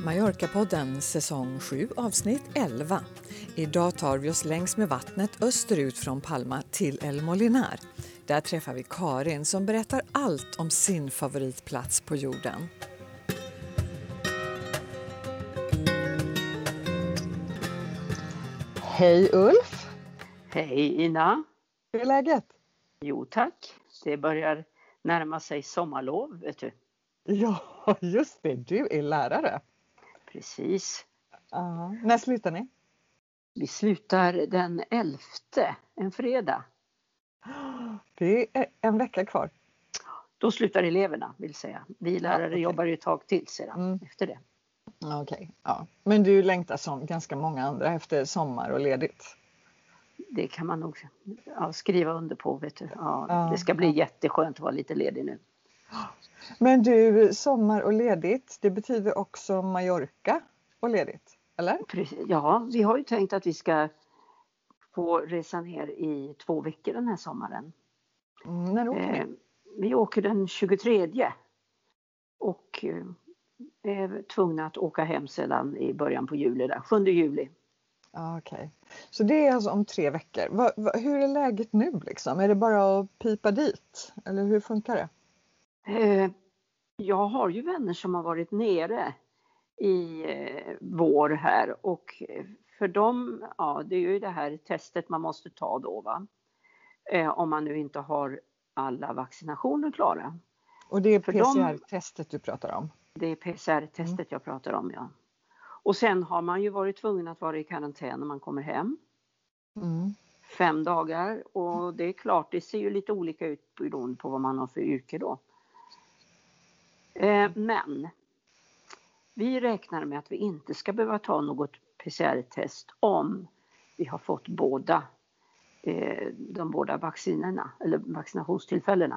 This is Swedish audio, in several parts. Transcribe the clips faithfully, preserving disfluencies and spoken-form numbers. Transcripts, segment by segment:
Mallorca-podden säsong sju avsnitt elva. Idag tar vi oss längs med vattnet österut från Palma till El Molinar. Där träffar vi Karin som berättar allt om sin favoritplats på jorden. Hej Ulf! Hej Ina! Hur är läget? Jo tack, det börjar närma sig sommarlov vet du. Ja just det, du är lärare. Precis. Uh, när slutar ni? Vi slutar den elfte, en fredag. Det är en vecka kvar. Då slutar eleverna vill säga. Vi lärare ja, okay. jobbar ju ett tag till sedan mm. efter det. Okej, okay. Ja. Men du längtar som ganska många andra efter sommar och ledigt. Det kan man nog ja, skriva under på vet du. Ja, ja, det ska bli ja. jätteskönt att vara lite ledig nu. Men du, sommar och ledigt, det betyder också Mallorca och ledigt, eller? Precis, ja, vi har ju tänkt att vi ska få resa ner i två veckor den här sommaren. Mm, när åker ni? Eh, vi åker den tjugotredje och eh, är tvungna att åka hem sedan i början på juli, där, sjunde juli. Okej, okay. Så det är alltså om tre veckor. Va, va, hur är läget nu liksom? Är det bara att pipa dit? Eller hur funkar det? Eh, jag har ju vänner som har varit nere i eh, vår här och för dem, ja det är ju det här testet man måste ta då va. Eh, om man nu inte har alla vaccinationer klara. Och det är P C R-testet du pratar om? Det är P C R-testet mm. jag pratar om ja. Och sen har man ju varit tvungen att vara i karantän när man kommer hem. Mm. Fem dagar och det är klart det ser ju lite olika ut beroende på vad man har för yrke då. Eh, men vi räknar med att vi inte ska behöva ta något P C R-test om vi har fått båda eh, de båda vaccinerna eller vaccinationstillfällena.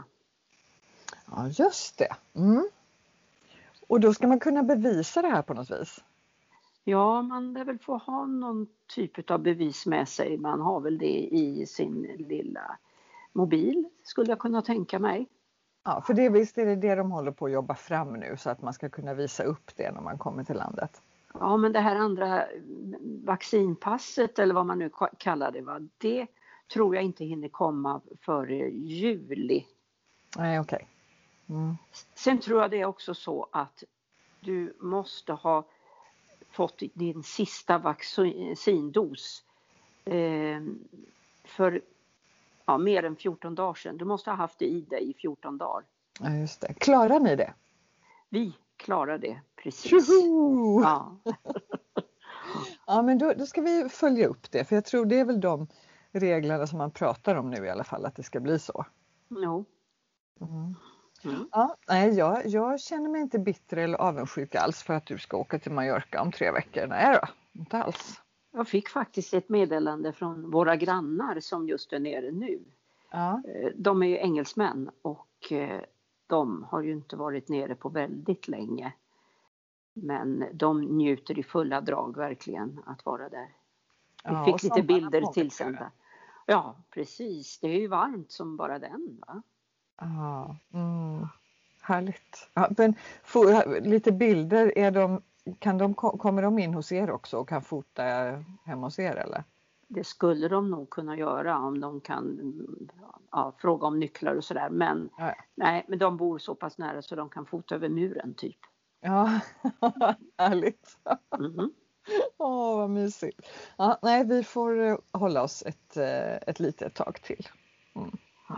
Ja just det. Mm. Och då ska man kunna bevisa det här på något vis? Ja, man lär väl få ha någon typ av bevis med sig. Man har väl det i sin lilla mobil, skulle jag kunna tänka mig. Ja, för det visst är det det de håller på att jobba fram nu så att man ska kunna visa upp det när man kommer till landet. Ja, men det här andra vaccinpasset eller vad man nu kallar det, va? Det tror jag inte hinner komma före juli. Nej, okej. Okay. Mm. Sen tror jag det är också så att du måste ha fått din sista vaccindos eh, för ja, mer än fjorton dagar sedan. Du måste ha haft det i dig i fjorton dagar. Ja, just det. Klarar ni det? Vi klarar det, precis. Tjoho! Ja. Ja, men då, då ska vi följa upp det. För jag tror det är väl de reglerna som man pratar om nu i alla fall, att det ska bli så. Jo. Mm. Mm. Ja, nej, jag, jag känner mig inte bitter eller avundsjuk alls för att du ska åka till Mallorca om tre veckor. Nej då, inte alls. Jag fick faktiskt ett meddelande från våra grannar som just är nere nu. Ja. De är ju engelsmän och de har ju inte varit nere på väldigt länge. Men de njuter i fulla drag verkligen att vara där. Vi ja, fick lite bilder tillsända. Ja, precis. Det är ju varmt som bara den va? Ja, mm, härligt. Ja, men för, lite bilder, är de, kan de, kommer de in hos er också och kan fota hemma hos er eller? Det skulle de nog kunna göra om de kan ja, fråga om nycklar och sådär. Men, ja. nej, men de bor så pass nära så de kan fota över muren typ. Ja, härligt. Mm-hmm. Åh, vad mysigt. Ja, nej, vi får hålla oss ett, ett litet tag till. Mm.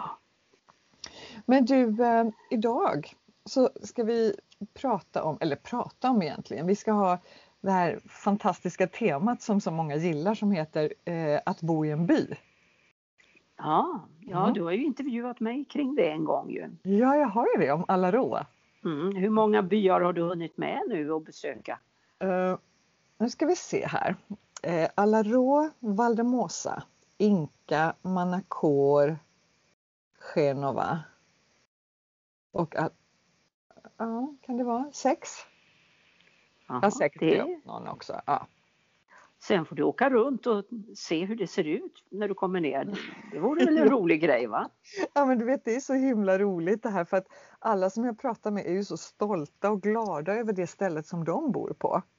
Men du, eh, idag så ska vi prata om, eller prata om egentligen, vi ska ha det här fantastiska temat som så många gillar som heter eh, att bo i en by. Ja, ja mm. Du har ju intervjuat mig kring det en gång ju. Ja, jag har ju det om Alarå. Mm. Hur många byar har du hunnit med nu att besöka? Uh, nu ska vi se här. Uh, Alarå, Valdemosa, Inca, Manacor, Genova. Och att, ja, kan det vara sex? Aha, ja, säkert det... någon också. Ja. Sen får du åka runt och se hur det ser ut när du kommer ner. Det vore väl en rolig grej va? Ja men du vet det är så himla roligt det här för att alla som jag pratar med är ju så stolta och glada över det stället som de bor på.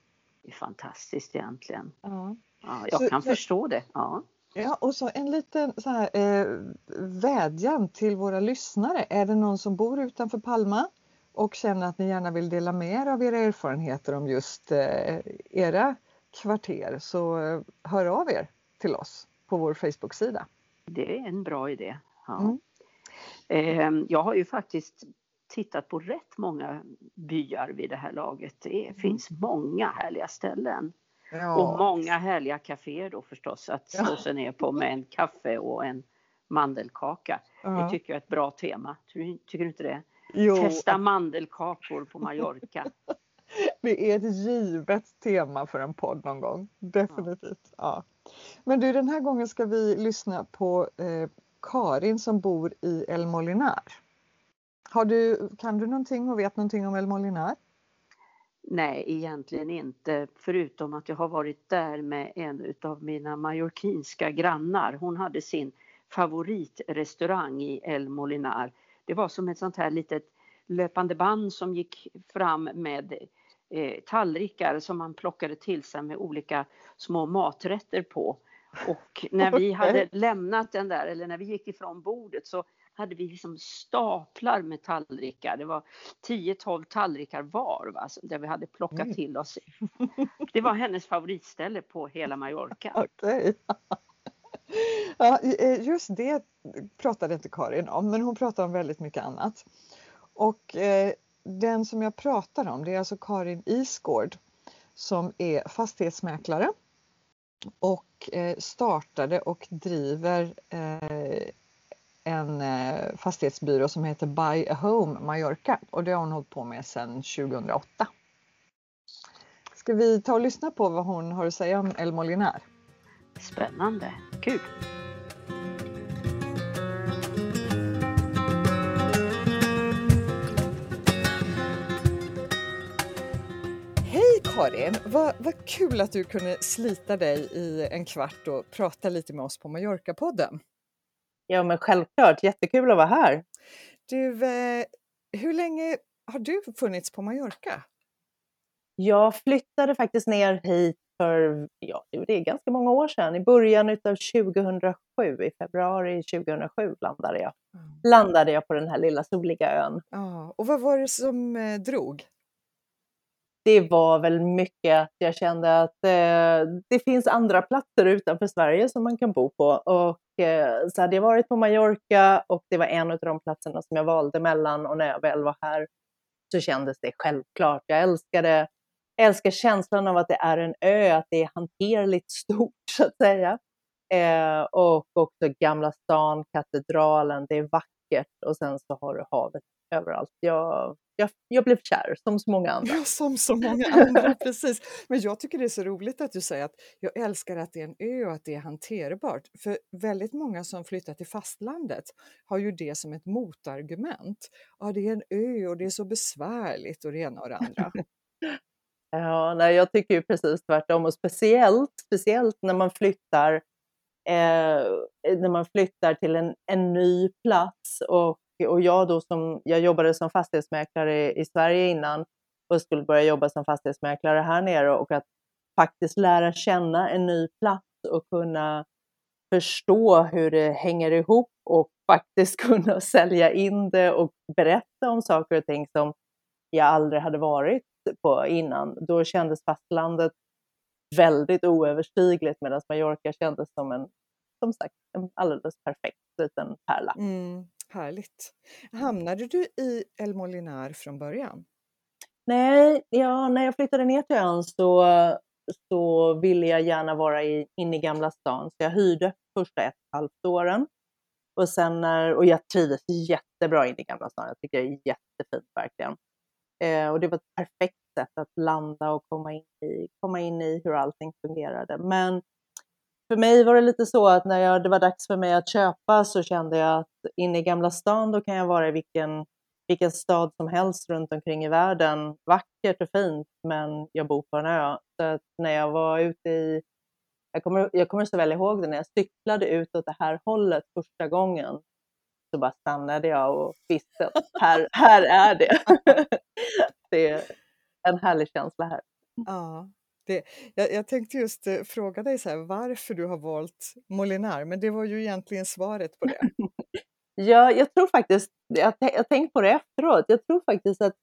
Det är fantastiskt egentligen. Ja. Ja, jag Så- kan så- förstå det. Ja. Ja, och så en liten så här, eh, vädjan till våra lyssnare. Är det någon som bor utanför Palma och känner att ni gärna vill dela med er av era erfarenheter om just eh, era kvarter, så eh, hör av er till oss på vår Facebook-sida. Det är en bra idé. Ja. Mm. Eh, jag har ju faktiskt tittat på rätt många byar vid det här laget. Det finns många härliga ställen. Och många härliga kaféer då förstås att slå sig ner på med en kaffe och en mandelkaka. Ja. Det tycker jag är ett bra tema. Tycker, tycker du inte det? Jo, Testa mandelkakor på Mallorca. det är ett givet tema för en podd någon gång. Definitivt. Ja. Men du, den här gången ska vi lyssna på eh, Karin som bor i El Molinar. Har du, kan du någonting och vet någonting om El Molinar? Nej, egentligen inte. Förutom att jag har varit där med en av mina mallorquinska grannar. Hon hade sin favoritrestaurang i El Molinar. Det var som ett sånt här litet löpande band som gick fram med eh, tallrikar som man plockade till sig med olika små maträtter på. Och när vi hade lämnat den där, eller när vi gick ifrån bordet, så hade vi liksom staplar med tallrikar. Det var tio tolv tallrikar var, va, där vi hade plockat Mm. till oss. Det var hennes favoritställe på hela Mallorca. Okej. Ja, just det pratade inte Karin om, men hon pratade om väldigt mycket annat. Och eh, den som jag pratar om, det är alltså Karin Isgård som är fastighetsmäklare och eh, startade och driver eh, en eh, fastighetsbyrå som heter Buy a Home Mallorca, och det har hon hållit på med sedan tjugohundraåtta. Ska vi ta och lyssna på vad hon har att säga om El Molinar? Spännande, kul. Hej Karin, vad, vad kul att du kunde slita dig i en kvart och prata lite med oss på Mallorca-podden. Ja, men självklart. Jättekul att vara här. Du, eh, hur länge har du funnits på Mallorca? Jag flyttade faktiskt ner hit för, ja, det är ganska många år sedan. I början av tjugohundrasju, i februari tjugohundrasju landade jag. Mm. Landade jag på den här lilla soliga ön. Ja, och vad var det som eh, drog? Det var väl mycket att jag kände att eh, det finns andra platser utanför Sverige som man kan bo på. Och eh, så hade jag varit på Mallorca och det var en av de platserna som jag valde mellan, och när jag väl var här så kändes det självklart. Jag älskade, jag älskar känslan av att det är en ö, att det är hanterligt stort så att säga. Eh, och också Gamla stan, katedralen, det är vackert, och sen så har du havet överallt. Jag, jag, jag blev kär som så många andra. Ja, som så många andra, precis. Men jag tycker det är så roligt att du säger att jag älskar att det är en ö och att det är hanterbart. För väldigt många som flyttar till fastlandet har ju det som ett motargument. Ja, det är en ö och det är så besvärligt och det ena och det andra. Ja, nej, jag tycker ju precis tvärtom, och speciellt, speciellt när man flyttar eh, när man flyttar till en, en ny plats, och, och jag då som, jag jobbade som fastighetsmäklare i, i Sverige innan och skulle börja jobba som fastighetsmäklare här nere, och att faktiskt lära känna en ny plats och kunna förstå hur det hänger ihop och faktiskt kunna sälja in det och berätta om saker och ting som jag aldrig hade varit på innan. Då kändes fastlandet väldigt oöverstigligt, medan Mallorca kändes som en, som sagt, en alldeles perfekt liten pärla. Mm, härligt. Hamnade du i El Molinar från början? Nej, ja, när jag flyttade ner till ön så, så ville jag gärna vara i, inne i Gamla stan, så jag hyrde första ett och halvt åren. Och, sen när, och jag trivdes jättebra inne i Gamla stan, jag tycker det är jättefint verkligen. Eh, och det var ett perfekt sätt att landa och komma in i, komma in i hur allting fungerade. Men för mig var det lite så att när jag, det var dags för mig att köpa, så kände jag att inne i Gamla stan då kan jag vara i vilken, vilken stad som helst runt omkring i världen. Vackert och fint, men jag bor på en ö. Så att när jag var ute i, jag kommer, jag kommer så väl ihåg det, när jag cyklade ut åt det här hållet första gången, så bara stannade jag och visste att här, här är det. Det är en härlig känsla här. Ja, Det, jag, jag tänkte just eh, fråga dig så här, varför du har valt Molinar, men det var ju egentligen svaret på det. Ja, jag tror faktiskt, jag har jag tänkt på det efteråt, jag tror faktiskt att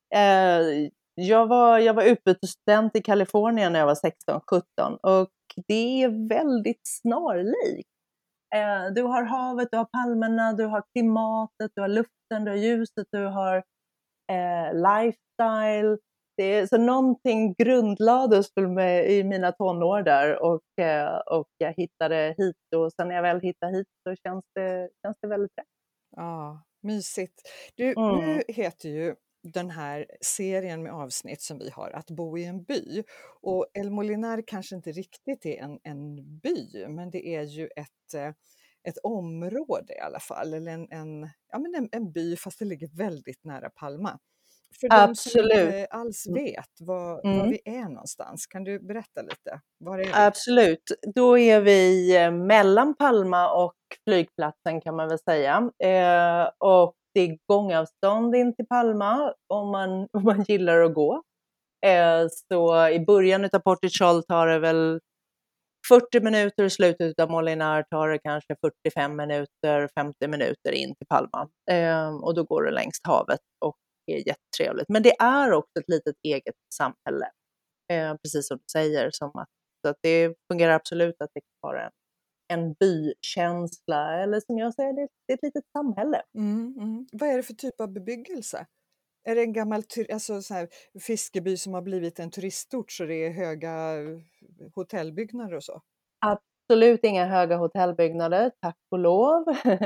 eh, jag var, jag var utbytesstudent i Kalifornien när jag var sexton sjutton och det är väldigt snarlikt. Eh, du har havet, du har palmerna, du har klimatet, du har luften, du har ljuset, du har eh, lifestyle. Det är, så någonting grundlades för mig i mina tonår där och, eh, och jag hittade hit och sen när jag väl hittade hit så känns det, känns det väldigt rätt. Ja, mysigt. Du, Mm. nu heter ju den här serien med avsnitt som vi har Att bo i en by. Och El Molinar kanske inte riktigt är en, en by, men det är ju ett, eh, ett område i alla fall. Eller en, en, ja, men en, en by fast det ligger väldigt nära Palma. För de som Absolut. inte alls vet var, Mm. var vi är någonstans, kan du berätta lite? Var är vi? Absolut. Då är vi eh, mellan Palma och flygplatsen kan man väl säga. Eh, och det är gångavstånd in till Palma om man, om man gillar att gå. Eh, så i början av Portichol tar det väl fyrtio minuter, i slutet av Molinar tar det kanske fyrtiofem minuter, femtio minuter in till Palma. Eh, och då går det längs havet och det är jättetrevligt. Men det är också ett litet eget samhälle. Eh, precis som du säger, som att, så att det fungerar absolut att det kan vara en, en bykänsla, eller som jag säger, det, det är ett litet samhälle. Mm, mm. Vad är det för typ av bebyggelse? Är det en gammal tur- alltså så här, fiskeby som har blivit en turistort så det är höga hotellbyggnader och så? Absolut inga höga hotellbyggnader, tack och lov.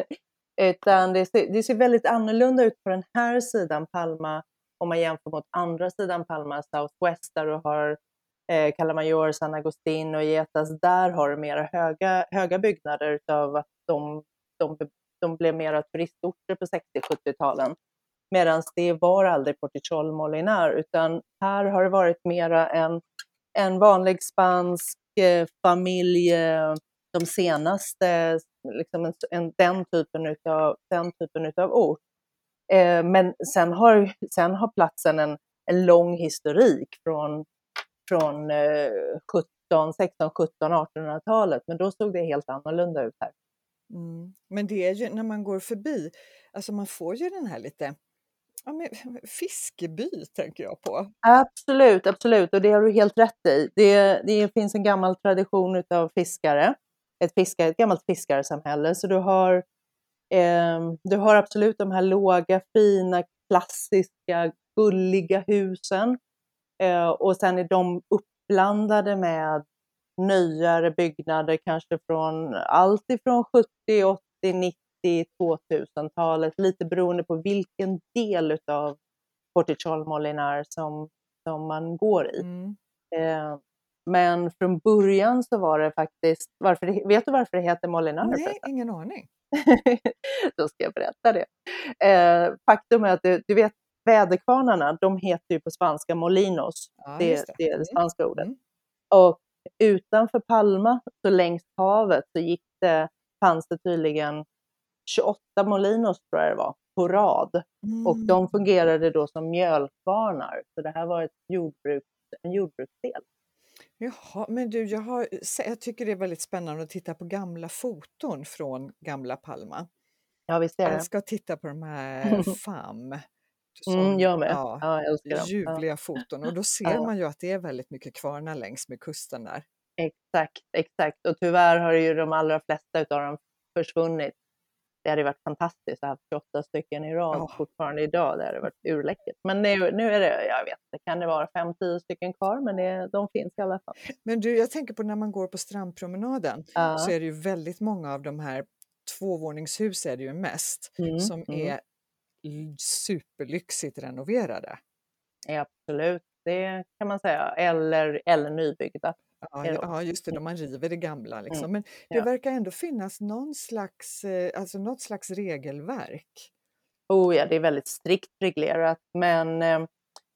Utan det ser, det ser väldigt annorlunda ut på den här sidan Palma om man jämför mot andra sidan Palma, Southwest, där du har eh, Calamayor, San Agustin och Getas. Där har du mera höga, höga byggnader utav att de, de, de blev mera turistorter på sextio-sjuttio-talen. Medan det var aldrig Portichol Molinar, utan här har det varit mera en, en vanlig spansk eh, familj, eh, de senaste, liksom en, en, den typen utav, den typen utav ort. Eh, men sen har, sen har platsen en, en lång historik från, från eh, sjutton, sexton, sjutton, artonhundratalet, men då såg det helt annorlunda ut här. Mm. Men det är ju när man går förbi, alltså man får ju den här lite, ja, men, fiskeby tänker jag på. Absolut, absolut, och det har du helt rätt i. Det, det finns en gammal tradition utav fiskare, ett, fiskare, ett gammalt fiskarsamhälle, så du har, eh, du har absolut de här låga, fina, klassiska, gulliga husen, eh, och sen är de uppblandade med nyare byggnader, kanske från allt ifrån sjuttio, åttio, nittio, tvåtusentalet, lite beroende på vilken del utav Portichol Molinar som, som man går i. Mm. Eh, men från början så var det faktiskt, varför det, vet du varför det heter Molinar? Nej, ingen aning. Då ska jag berätta det. Eh, faktum är att du, du vet, väderkvarnarna, de heter ju på spanska molinos. Ja, det, just det. det är det spanska ordet. Mm. Och utanför Palma, så längs havet, så gick det, fanns det tydligen tjugoåtta molinos, tror jag det var, på rad. Mm. Och de fungerade då som mjölkvarnar. Så det här var ett jordbruk, en jordbruksdel. Jaha, men du, jag, har, jag tycker det är väldigt spännande att titta på gamla foton från gamla Palma. Ja, visst är Jag det. älskar att titta på de här F A M. Som, Mm, jag med. ja, Ja, jag älskar dem. ljuvliga Ja. foton. Och då ser Ja. man ju att det är väldigt mycket kvarnar längs med kusten där. Exakt, exakt. Och tyvärr har ju de allra flesta utav dem försvunnit. Det hade varit fantastiskt att ha tjugoåtta stycken i rad Ja. fortfarande idag. Det hade varit urläckert. Men nu, nu är det, jag vet inte, kan det vara fem tio stycken kvar, men det, de finns i alla fall. Men du, jag tänker på när man går på strandpromenaden Ja. så är det ju väldigt många av de här tvåvåningshus är det ju mest Mm, som mm. är l- superlyxigt renoverade. Ja, absolut, det kan man säga. Eller, eller nybyggda. Ja, Är det ju- ja, just det, då man river det gamla. Liksom. Mm, Men det ja. verkar ändå finnas någon slags, eh, alltså något slags regelverk. Oh ja, det är väldigt strikt reglerat, men, eh,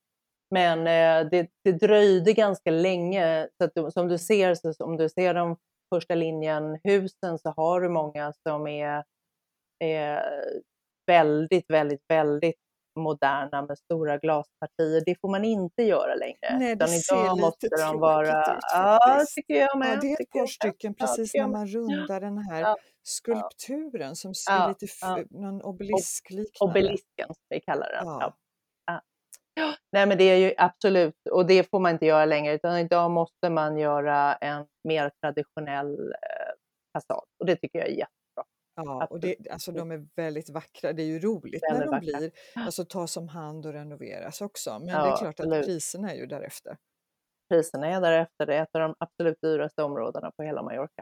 men eh, det, det dröjde ganska länge. Så att du, som du ser, så om du ser de första linjen husen, så har du många som är, är väldigt, väldigt, väldigt moderna med stora glaspartier. Det får man inte göra längre. Nej, det Utan ser idag lite måste de tråkigt vara, ut ja, faktiskt. tycker jag Ja, med. det är ett Tycker par jag med. stycken Ja, precis tycker när jag med. man rundar den här Ja, ja, skulpturen som ser ja, lite f- ja. någon Ob- obeliskliknande. Obelisken, som vi kallar den. Ja. Ja. Ja. Ja. Nej, men det är ju absolut, och det får man inte göra längre, utan idag måste man göra en mer traditionell eh, fasad. Och det tycker jag är jättebra. Ja, och det, Absolut. alltså de är väldigt vackra. Det är ju roligt när Väldigt de vackra. blir, alltså tas om hand och renoveras också. Men det är Ja, klart att absolut. priserna är ju därefter. Priserna är därefter. Det är ett av de absolut dyraste områdena på hela Mallorca.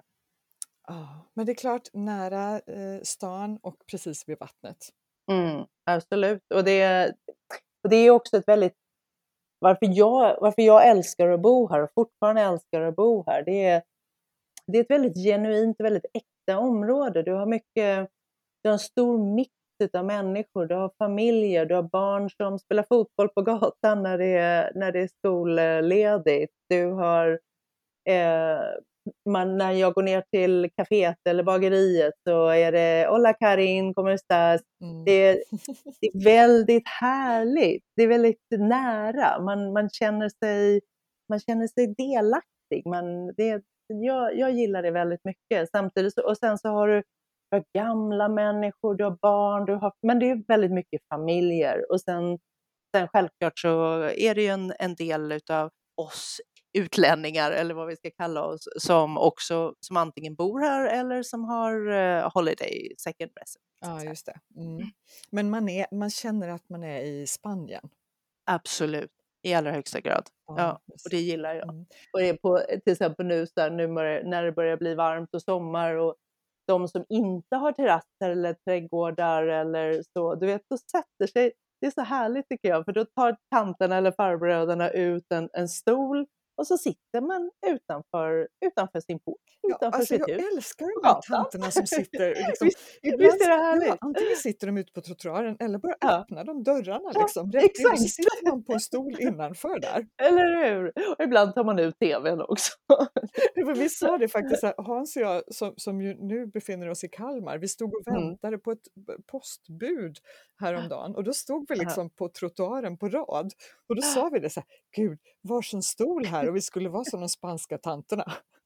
Ja, men det är klart nära eh, stan och precis vid vattnet. Mm, absolut. Och det, och det är också ett väldigt, varför jag, varför jag älskar att bo här och fortfarande älskar att bo här, det är, det är ett väldigt genuint, väldigt äkta område. Du har mycket, du har en stor mix av människor, du har familjer, du har barn som spelar fotboll på gatan när det är, när det är skolledigt. Du har, eh, man, när jag går ner till kaféet eller bageriet så är det Hola Karin, ¿cómo estás? Mm. Det är, det är väldigt härligt, det är väldigt nära, man, man, känner, sig, man känner sig delaktig. Man, det, jag, jag gillar det väldigt mycket. Samtidigt så, och sen så har du, du har gamla människor, du har barn, du har, men det är väldigt mycket familjer. Och sen, sen självklart så är det ju en, en del utav oss utlänningar, eller vad vi ska kalla oss, som också som antingen bor här eller som har uh, holiday second residence. Ja, just det. Mm. Men man, är, man känner att man är i Spanien. Absolut, i allra högsta grad. Ja, Ja, just och det gillar jag. Mm. Och det är på, till exempel nu, så här, nu börjar- när det börjar bli varmt och sommar och de som inte har terrasser eller trädgårdar eller så, du vet, då sätter sig, det är så härligt tycker jag, för då tar tanterna eller farbröderna ut en, en stol och så sitter man utanför, utanför sin port, Ja, utanför alltså sitt jag hus, älskar på de här gatan. tanterna som sitter liksom, Visst, ibland, visst är det ja, härligt? antingen sitter de ute på trottoaren eller bara Ja. öppnar de dörrarna Ja, liksom, rätt in och så exakt. sitter man på en stol innanför där. Eller hur? Och ibland tar man ut tvn också. För vi sa det faktiskt, här, Hans och jag som, som ju nu befinner oss i Kalmar, vi stod och Mm. väntade på ett b- postbud häromdagen och då stod vi Ja. liksom på trottoaren på rad och då sa vi det så här, gud, varsin stol här och vi skulle vara som de spanska tanterna.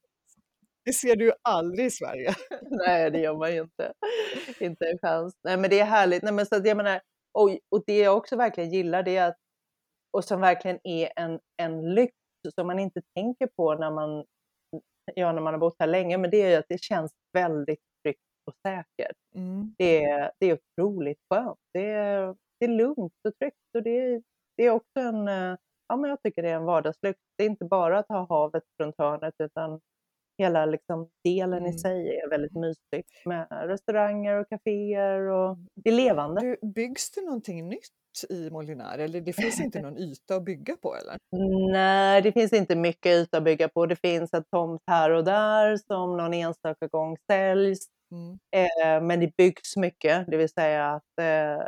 Det ser du ju aldrig i Sverige. Nej, det gör man ju inte. Inte en chans. Nej, men det är härligt. Nej, men så att jag menar, och, och det jag också verkligen gillar, det är att, och som verkligen är en, en lyx som man inte tänker på när man, ja, när man har bott här länge, men det är ju att det känns väldigt tryggt och säkert. Mm. Det är, det är otroligt skönt. Det är, det är lugnt och tryggt och det är, det är också en, eh, ja, men jag tycker det är en vardagslyx. Det är inte bara att ha havet runt hörnet, utan hela liksom delen Mm. i sig är väldigt mysig med restauranger och kaféer och det är levande. Du, byggs det någonting nytt i Molinar eller det finns inte någon yta att bygga på eller? Nej, det finns inte mycket yta att bygga på. Det finns ett tomt här och där som någon enstaka gång säljs. Mm. Eh, men det byggs mycket, det vill säga att, eh,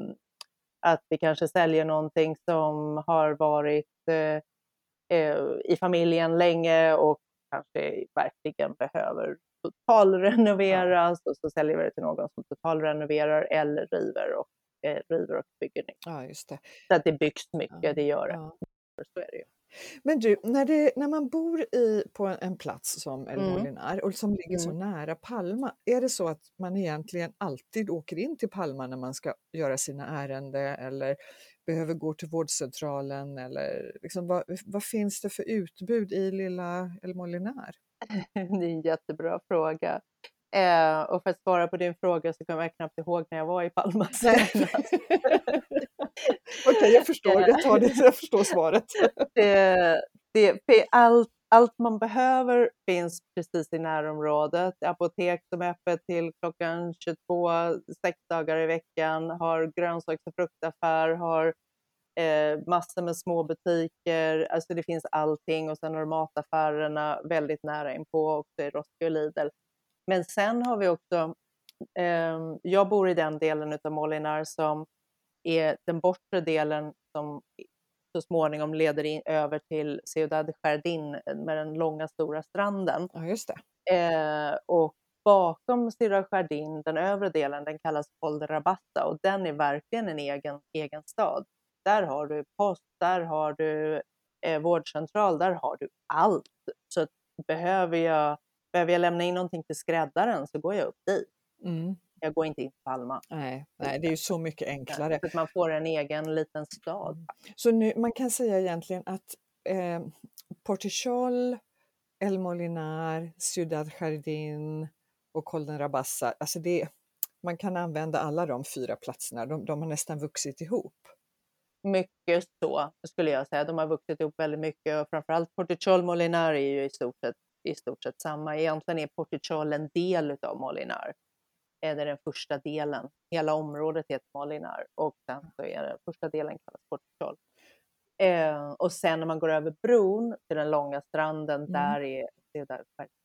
att vi kanske säljer någonting som har varit eh, eh, i familjen länge och kanske verkligen behöver totalrenoveras, och så säljer vi det till någon som totalrenoverar eller river och, eh, river och bygger nytt. Ja, just det. Så att det byggs mycket, Ja, det gör det. ja. Så är det ju. Men du, när, det, när man bor i, på en, en plats som El Mm. Molinar och som ligger så Mm. nära Palma, är det så att man egentligen alltid åker in till Palma när man ska göra sina ärenden eller behöver gå till vårdcentralen? Eller liksom, vad, vad finns det för utbud i lilla El Molinar? Det är en jättebra fråga. Eh, och för att svara på din fråga så kommer jag knappt ihåg när jag var i Palma senast. Okej, okay, jag förstår. Jag tar det, jag förstår svaret. det, det, allt, allt man behöver finns precis i närområdet. Apotek som är öppet till klockan tjugotvå, sex dagar i veckan. Har grönsaks- och fruktaffär. Har eh, massor med små butiker. Alltså det finns allting. Och sen har mataffärerna väldigt nära inpå också i Roskilde och Lidl. Men sen har vi också, eh, jag bor i den delen av Molinar som är den bortre delen som så småningom leder in över till Ciudad Jardín med den långa stora stranden. Ja, just det. Eh, och bakom Sirra Jardin, den övre delen, den kallas Col de Rabassa och den är verkligen en egen, egen stad. Där har du post, där har du eh, vårdcentral, där har du allt. Så att behöver jag, behöver jag lämna in någonting till skräddaren så går jag upp dit. Mm. Jag går inte in till Palma. Nej, nej, det är ju så mycket enklare. Så att man får en egen liten stad. Mm. Så nu, man kan säga egentligen att eh, Portichol, El Molinar, Ciudad Jardín och Col de Rabassa, alltså det, man kan använda alla de fyra platserna, de, de har nästan vuxit ihop. Mycket så skulle jag säga, de har vuxit ihop väldigt mycket och framförallt Portichol Molinar är ju i stort sett, i stort sett samma. Egentligen är Portichol en del utav Molinar. Det är den första delen, hela området heter Molinar och sen så är den första delen kallas Portichol. Eh, och sen när man går över bron till den långa stranden, Mm. där är det där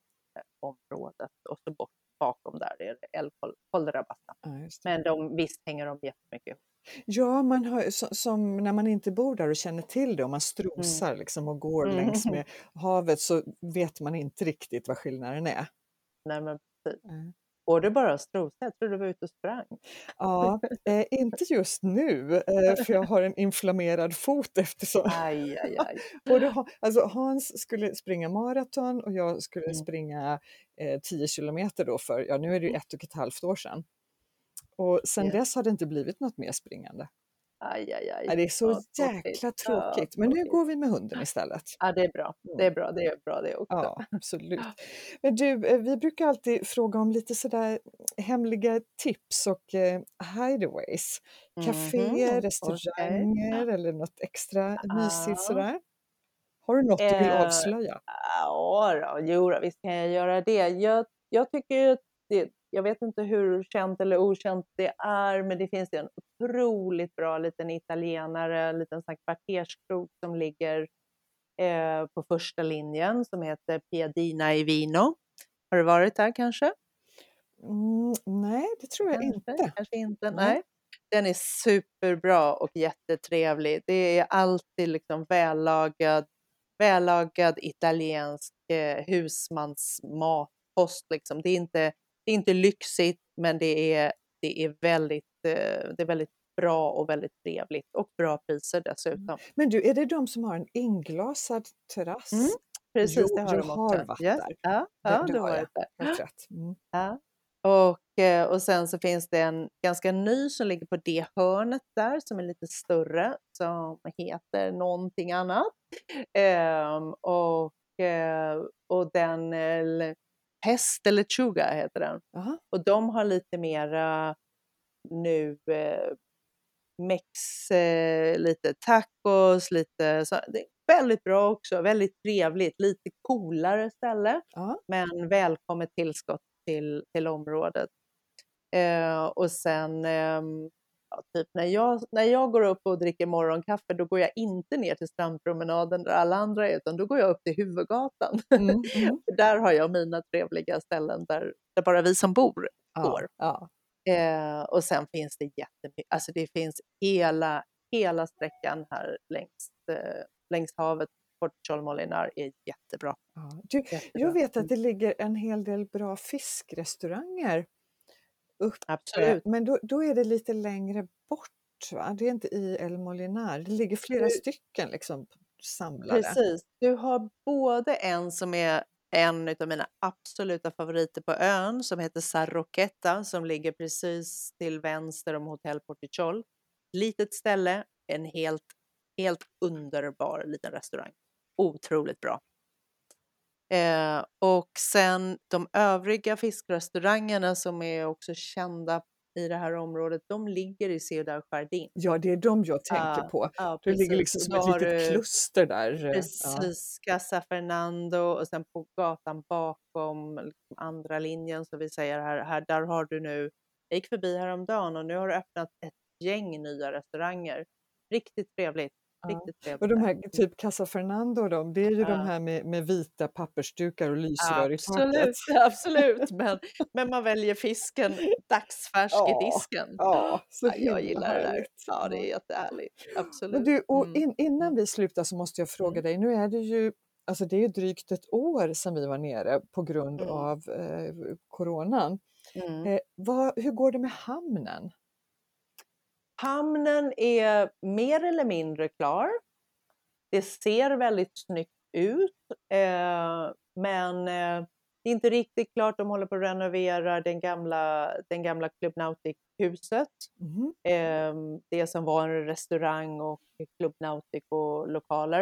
området och så bort bakom där är det El Col de Rabassa. Ja, just det. Men de, visst hänger de jättemycket. Ja, man har, som, som när man inte bor där och känner till det och man strosar Mm. liksom och går Mm. längs med havet så vet man inte riktigt vad skillnaden är. Nej, men precis. Mm. Går du bara och strosa? Jag tror du var ute och sprang. Ja, eh, inte just nu eh, för jag har en inflammerad fot eftersom Aj, aj, aj. både ha, alltså Hans skulle springa maraton och jag skulle Mm. springa eh, tio kilometer då för, ja nu är det ju ett och ett halvt år sedan. Och sen Ja. dess har det inte blivit något mer springande. Aj, aj, aj. Nej, det är så Ja, tråkigt. jäkla Ja, tråkigt. Men nu tråkigt. går vi med hunden istället. Ja, det är bra. Det är bra, det är bra det också. Ja, absolut. Men du, eh, vi brukar alltid fråga om lite sådär hemliga tips och eh, hideaways. Caféer, Mhm, restauranger okej. eller något extra Ja. mysigt sådär. Har du något du vill Eh, avslöja? Ja, då, jo, då, visst kan jag göra det. Jag, jag tycker ju att det, jag vet inte hur känt eller okänt det är, men det finns ju en otroligt bra liten italienare, en liten sån här kvarterskrog som ligger eh, på första linjen som heter Piadina i Vino. Har du varit där kanske? Mm, nej, det tror jag Kanske, inte. kanske inte. Nej. Nej. Den är superbra och jättetrevlig. Det är alltid liksom vällagad, vällagad italiensk eh, husmansmatpost. Liksom. Det är inte, det är inte lyxigt, men det är, det är väldigt, eh, det är väldigt bra och väldigt trevligt och bra priser dessutom. Men du, är det de som har en inglasad terrass? Mm, precis, Jo, det har jag de har också. varit Yes. där. Ja, Det, ja det du har har jag. varit där. Helt rätt. Mm. Ja. Och, eh, och sen så finns det en ganska ny som ligger på det hörnet där som är lite större som heter någonting annat. Ehm, och, eh, och den eh, Pest eller Chuga heter den. Aha. Och de har lite mera nu eh, mex, eh, lite tacos, lite så. Det är väldigt bra också, väldigt trevligt, lite coolare ställe. Ja. Men välkommet tillskott till, till området. Eh, och sen ehm, ja, typ när jag, när jag går upp och dricker morgonkaffe då går jag inte ner till strandpromenaden där alla andra är utan då går jag upp till huvudgatan. Mm, mm. För där har jag mina trevliga ställen där, där bara vi som bor går. Ja, ja. Eh, och sen finns det jättemycket, alltså det finns hela, hela sträckan här längs, eh, längs havet. Portichol Molinar är jättebra. Ja. Du, jättebra. jag vet att det ligger en hel del bra fiskrestauranger uppe, Absolut. men då, då är det lite längre bort, va? Det är inte i El Molinar, det ligger flera Du- stycken liksom samlade. Precis. Du har både en som är en av mina absoluta favoriter på ön som heter Sarroqueta som ligger precis till vänster om Hotell Portichol. Litet ställe, en helt, helt underbar liten restaurang. Otroligt bra. Eh, och sen de övriga fiskrestaurangerna som är också kända i det här området, de ligger i Ciudad Jardín. Ja, det är de jag tänker Ja, på. ja, Det ligger precis. liksom Och som då ett har litet du- kluster där. Ja. Precis, Casa Fernando och sen på gatan bakom liksom andra linjen så vi säger här, här, där har du nu, jag gick förbi häromdagen och nu har du öppnat ett gäng nya restauranger. Riktigt trevligt, Ja. riktigt trevligt. Och de där. här typ Casa Fernando, de, det är ju de Ja. här med, med vita pappersdukar och lysrör i taket. Absolut, absolut. Men, men man väljer fisken dagsfärsk Ja, i disken. Ja, så Ja, himla jag gillar det där. härligt. Ja, det är jättehärligt. Absolut. Men du, och Mm. in, innan vi slutar så måste jag fråga Mm. dig, nu är det ju alltså det är drygt ett år sedan vi var nere på grund Mm. av eh, coronan. Mm. Eh, vad, hur går det med hamnen? Hamnen är mer eller mindre klar. Det ser väldigt snyggt ut, eh, men eh, det är inte riktigt klart. De håller på att renovera den gamla, den gamla Club Nautic-huset. Mhm. Eh, det som var en restaurang och Club Nautic och lokaler.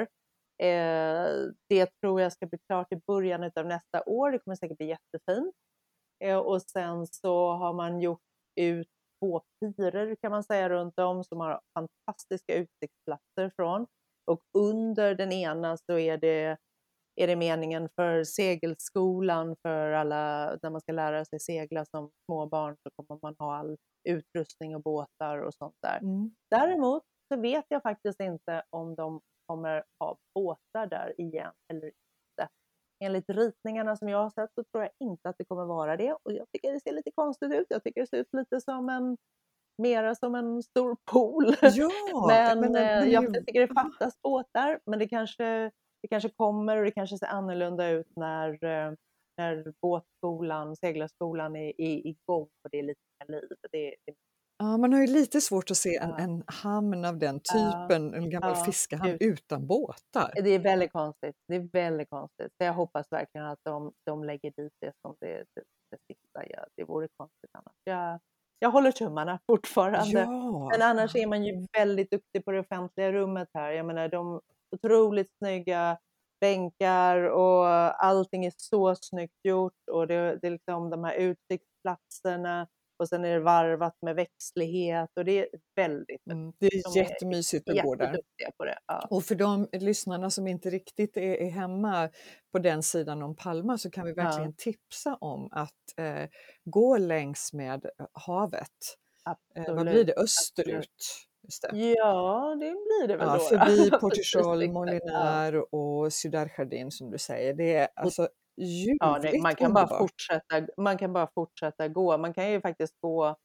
Eh, det tror jag ska bli klart i början av nästa år. Det kommer säkert bli jättefint. Eh, och sen så har man gjort ut två pirer kan man säga runt om som har fantastiska utsiktsplatser från. Och under den ena så är det, är det meningen för segelskolan, för alla, när man ska lära sig segla som små barn så kommer man ha all utrustning och båtar och sånt där. Mm. Däremot så vet jag faktiskt inte om de kommer ha båtar där igen eller inte. Enligt ritningarna som jag har sett så tror jag inte att det kommer vara det. Och jag tycker det ser lite konstigt ut. Jag tycker det ser ut lite som en, mera som en stor pool. Ja, men men, eh, men, jag tycker det fattas båtar. Men det kanske, det kanske kommer och det kanske ser annorlunda ut när, eh, när båtskolan, seglarskolan är, är igång och det är lite mer liv. Det, det, ja, man har ju lite svårt att se en, Ja. en hamn av den Ja, typen, en gammal ja, fiskehamn ut. utan båtar. Det är väldigt konstigt. Det är väldigt konstigt. Så jag hoppas verkligen att de, de lägger dit det som det, det, det sista gör. Det vore konstigt annars. Jag, jag håller tummarna fortfarande. Ja, Men annars är man ju väldigt duktig på det offentliga rummet här. Jag menar, de otroligt snygga bänkar och allting är så snyggt gjort. Och det, det är liksom de här utsiktsplatserna. Och sen är det varvat med växtlighet. Och det är väldigt, mm, det är de är jättemysigt att gå där. jätteduktiga på det. Ja. Och för de lyssnarna som inte riktigt är, är hemma på den sidan om Palma så kan vi verkligen Ja. tipsa om att eh, gå längs med havet. Eh, vad Absolut. blir det? Österut? Just det. Ja, det blir det väl Ja, då. förbi då. Portugal, Precis, Molinar och Ciudad Jardín som du säger. Det är alltså ljuvligt ja, det, man, kan bara underbart. fortsätta, man kan bara fortsätta gå. Man kan ju faktiskt gå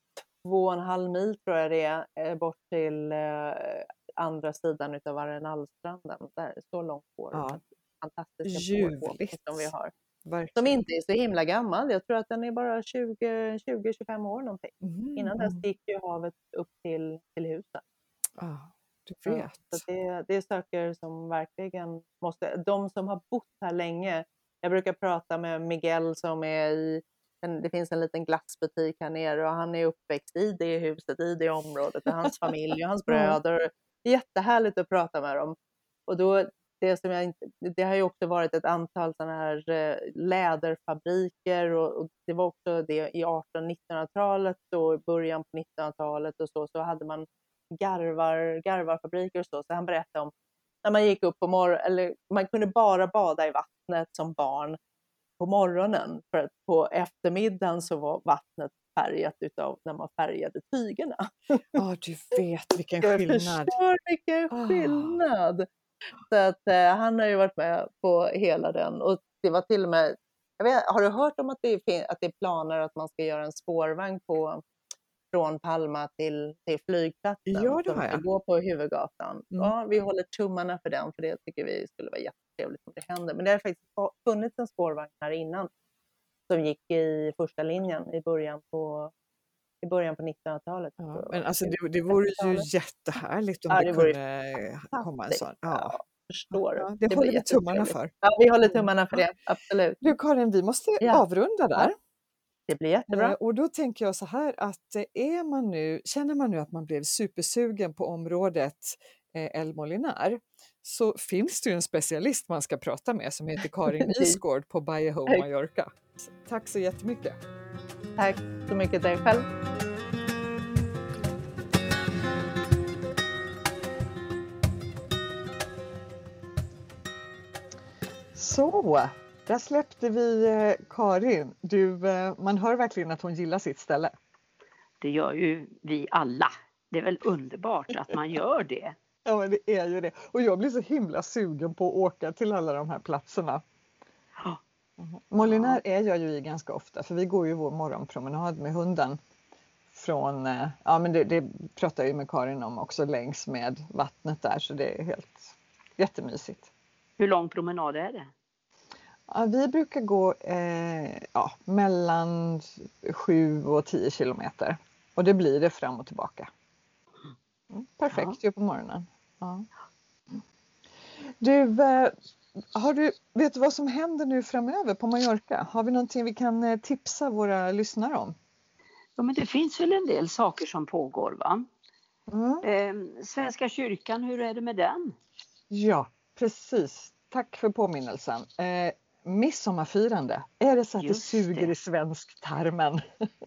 två och en halv mil tror jag det är eh, bort till eh, andra sidan utav Arenalstranden. Där, så långt går det. Ja, Fantastiska ljuvligt. spårvågor som vi har. Som Verkligen. inte är så himla gammal. Jag tror att den är bara tjugo till tjugofem år någonting. Mm, Innan dess mm. gick ju havet upp till, till huset. Ja, du Ja, vet. så det, det är saker som verkligen måste, de som har bott här länge, jag brukar prata med Miguel som är i, en, det finns en liten glassbutik här nere och han är uppväxt i det huset, i det området, och hans familj och hans bröder. Det är jättehärligt att prata med dem. Och då, det, som jag inte, det har ju också varit ett antal sådana här eh, läderfabriker och, och det var också det i artonhundra-nittonhundratalet och i början på nittonhundratalet och så, så hade man garvar, garvarfabriker och så. Så han berättade om när man gick upp på morgonen, eller man kunde bara bada i vattnet som barn på morgonen. För att på eftermiddagen så var vattnet färgat utav när man färgade tygerna. Ja, du vet vilken Jag skillnad. förstår vilken Ah. skillnad. Så att eh, han har ju varit med på hela den. Och det var till och med, jag vet, har du hört om att det, är, att det är planer att man ska göra en spårvagn på från Palma till, till flygplatsen Ja, det som har ska jag. gå på huvudgatan. Mm. Ja, vi håller tummarna för den, för det tycker vi skulle vara jättetrevligt om det händer. Men det har faktiskt funnits en spårvagn här innan som gick i första linjen i början på, i början på nittonhundratalet. Ja, men alltså det, det vore ju jättehärligt om Ja, det, det vore kunde komma en sån. Ja. Ja, förstår du. Ja, det, blir håller vi tummarna jättetrevligt. för. Ja, vi håller tummarna för det, absolut. Du Karin, vi måste Ja. avrunda där. Det blir jättebra. Eh, Och då tänker jag så här att eh, är man nu, känner man nu att man blev supersugen på området eh, El Molinar, så finns det ju en specialist man ska prata med som heter Karin Isgård på Bahia Home Mallorca. Så, tack så jättemycket. Tack så mycket dig själv. Så, där släppte vi eh, Karin. Du, eh, man hör verkligen att hon gillar sitt ställe. Det gör ju vi alla. Det är väl underbart att man gör det. Ja, men det är ju det. Och jag blir så himla sugen på att åka till alla de här platserna. Ja. Molinar är jag ju i ganska ofta, för vi går ju vår morgonpromenad med hunden. Från, eh, ja men det, det pratar jag ju med Karin om också, längs med vattnet där, så det är helt jättemysigt. Hur lång promenad är det? Ja, vi brukar gå eh, ja, mellan sju och tio kilometer. Och det blir det fram och tillbaka. Mm, perfekt ja. Ju på morgonen. Ja. Du, eh, har du, vet du vad som händer nu framöver på Mallorca? Har vi någonting vi kan eh, tipsa våra lyssnare om? Ja, men det finns väl en del saker som pågår, va? Mm. Eh, Svenska kyrkan, hur är det med den? Ja, precis. Tack för påminnelsen. Eh, midsommarfirande. Är det så att Just det suger det. i svensk tarmen?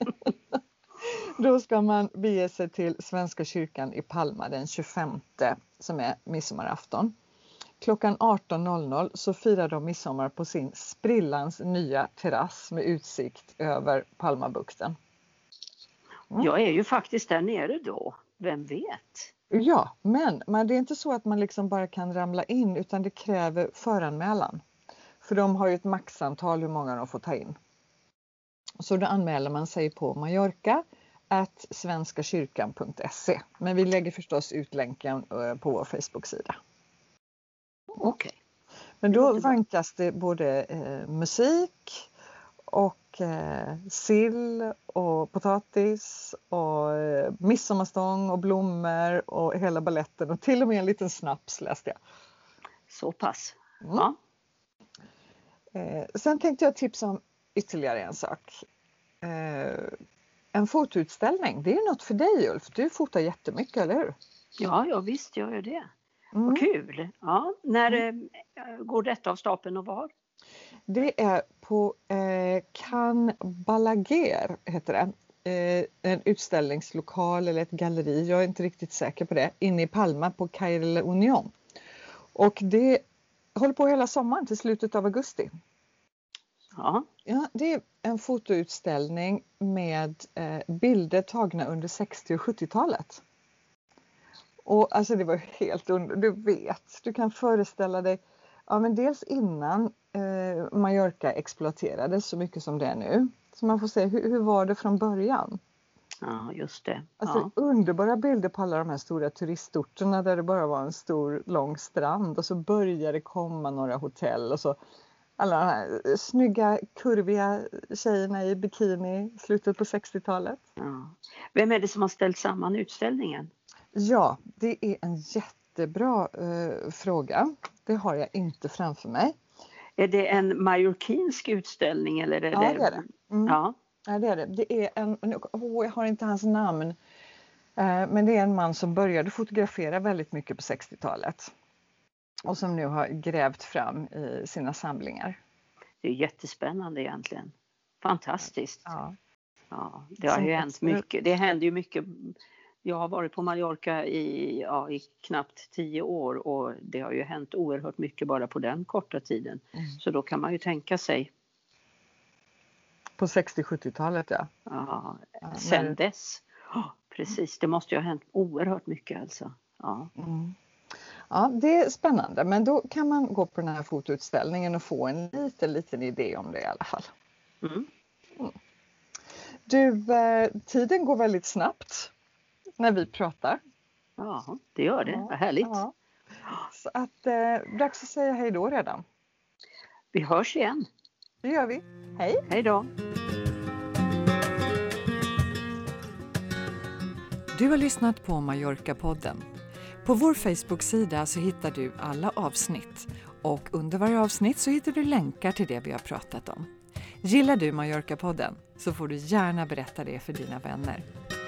Då ska man bege sig till Svenska kyrkan i Palma den tjugofemte som är midsommarafton. Klockan arton noll noll så firar de midsommar på sin sprillans nya terrass med utsikt över Palmabukten. Mm. Jag är ju faktiskt där nere då. Vem vet? Ja, men, men det är inte så att man liksom bara kan ramla in utan det kräver föranmälan. För de har ju ett maxantal hur många de får ta in. Så då anmäler man sig på Mallorca at svenskakyrkan punkt se. Men vi lägger förstås ut länken på vår Facebook-sida. Okej. Okay. Men då vankas det både eh, musik och eh, sill och potatis och eh, midsommarstång och blommor och hela balletten och till och med en liten snaps läste jag. Så pass. Mm. Ja. Eh, sen tänkte jag tipsa om ytterligare en sak. Eh, en fotoutställning, det är något för dig Ulf. Du fotar jättemycket, eller hur? Ja, ja visst gör jag det. Mm. Vad kul. Ja, när mm. eh, går detta av stapeln och var? Det är på eh, Can Balaguer heter det. Eh, en utställningslokal eller ett galleri, jag är inte riktigt säker på det, inne i Palma på Calle Union. Och det håller på hela sommaren till slutet av augusti. Ja. Ja, det är en fotoutställning med eh, bilder tagna under sextio- och sjuttiotalet. Och alltså det var helt under, du vet, du kan föreställa dig, ja men dels innan eh, Mallorca exploaterades så mycket som det är nu. Så man får se, hur, hur var det från början? Ja, just det. Alltså ja. underbara bilder på alla de här stora turistorterna där det bara var en stor lång strand. Och så började det komma några hotell och så alla de här snygga, kurviga tjejerna i bikini i slutet på sextiotalet. Ja. Vem är det som har ställt samman utställningen? Ja, det är en jättebra eh, fråga. Det har jag inte framför mig. Är det en mallorquinsk utställning? Eller är ja, det... det är det. Mm. Ja. ja, det är det. Det är en, oh, jag har inte hans namn. Eh, men det är en man som började fotografera väldigt mycket på sextiotalet. Och som nu har grävt fram i sina samlingar. Det är jättespännande egentligen. Fantastiskt. Ja. Ja, det har ju hänt mycket. Det händer ju mycket. Jag har varit på Mallorca i, ja, i knappt tio år och det har ju hänt oerhört mycket bara på den korta tiden. Mm. Så då kan man ju tänka sig. På sextio-sjuttiotalet, ja. Ja, ja sen men... dess. Oh, precis, det måste ju ha hänt oerhört mycket alltså. Ja. Mm. Ja, det är spännande. Men då kan man gå på den här fotoutställningen och få en liten, liten idé om det i alla fall. Mm. Mm. Du, eh, tiden går väldigt snabbt när vi pratar. Ja, det gör det. Vad härligt. Ja. Så att eh, dags att säga hej då redan. Vi hörs igen. Det gör vi. Hej. Hej då. Du har lyssnat på Mallorca-podden. På vår Facebook-sida så hittar du alla avsnitt och under varje avsnitt så hittar du länkar till det vi har pratat om. Gillar du Mallorca-podden så får du gärna berätta det för dina vänner.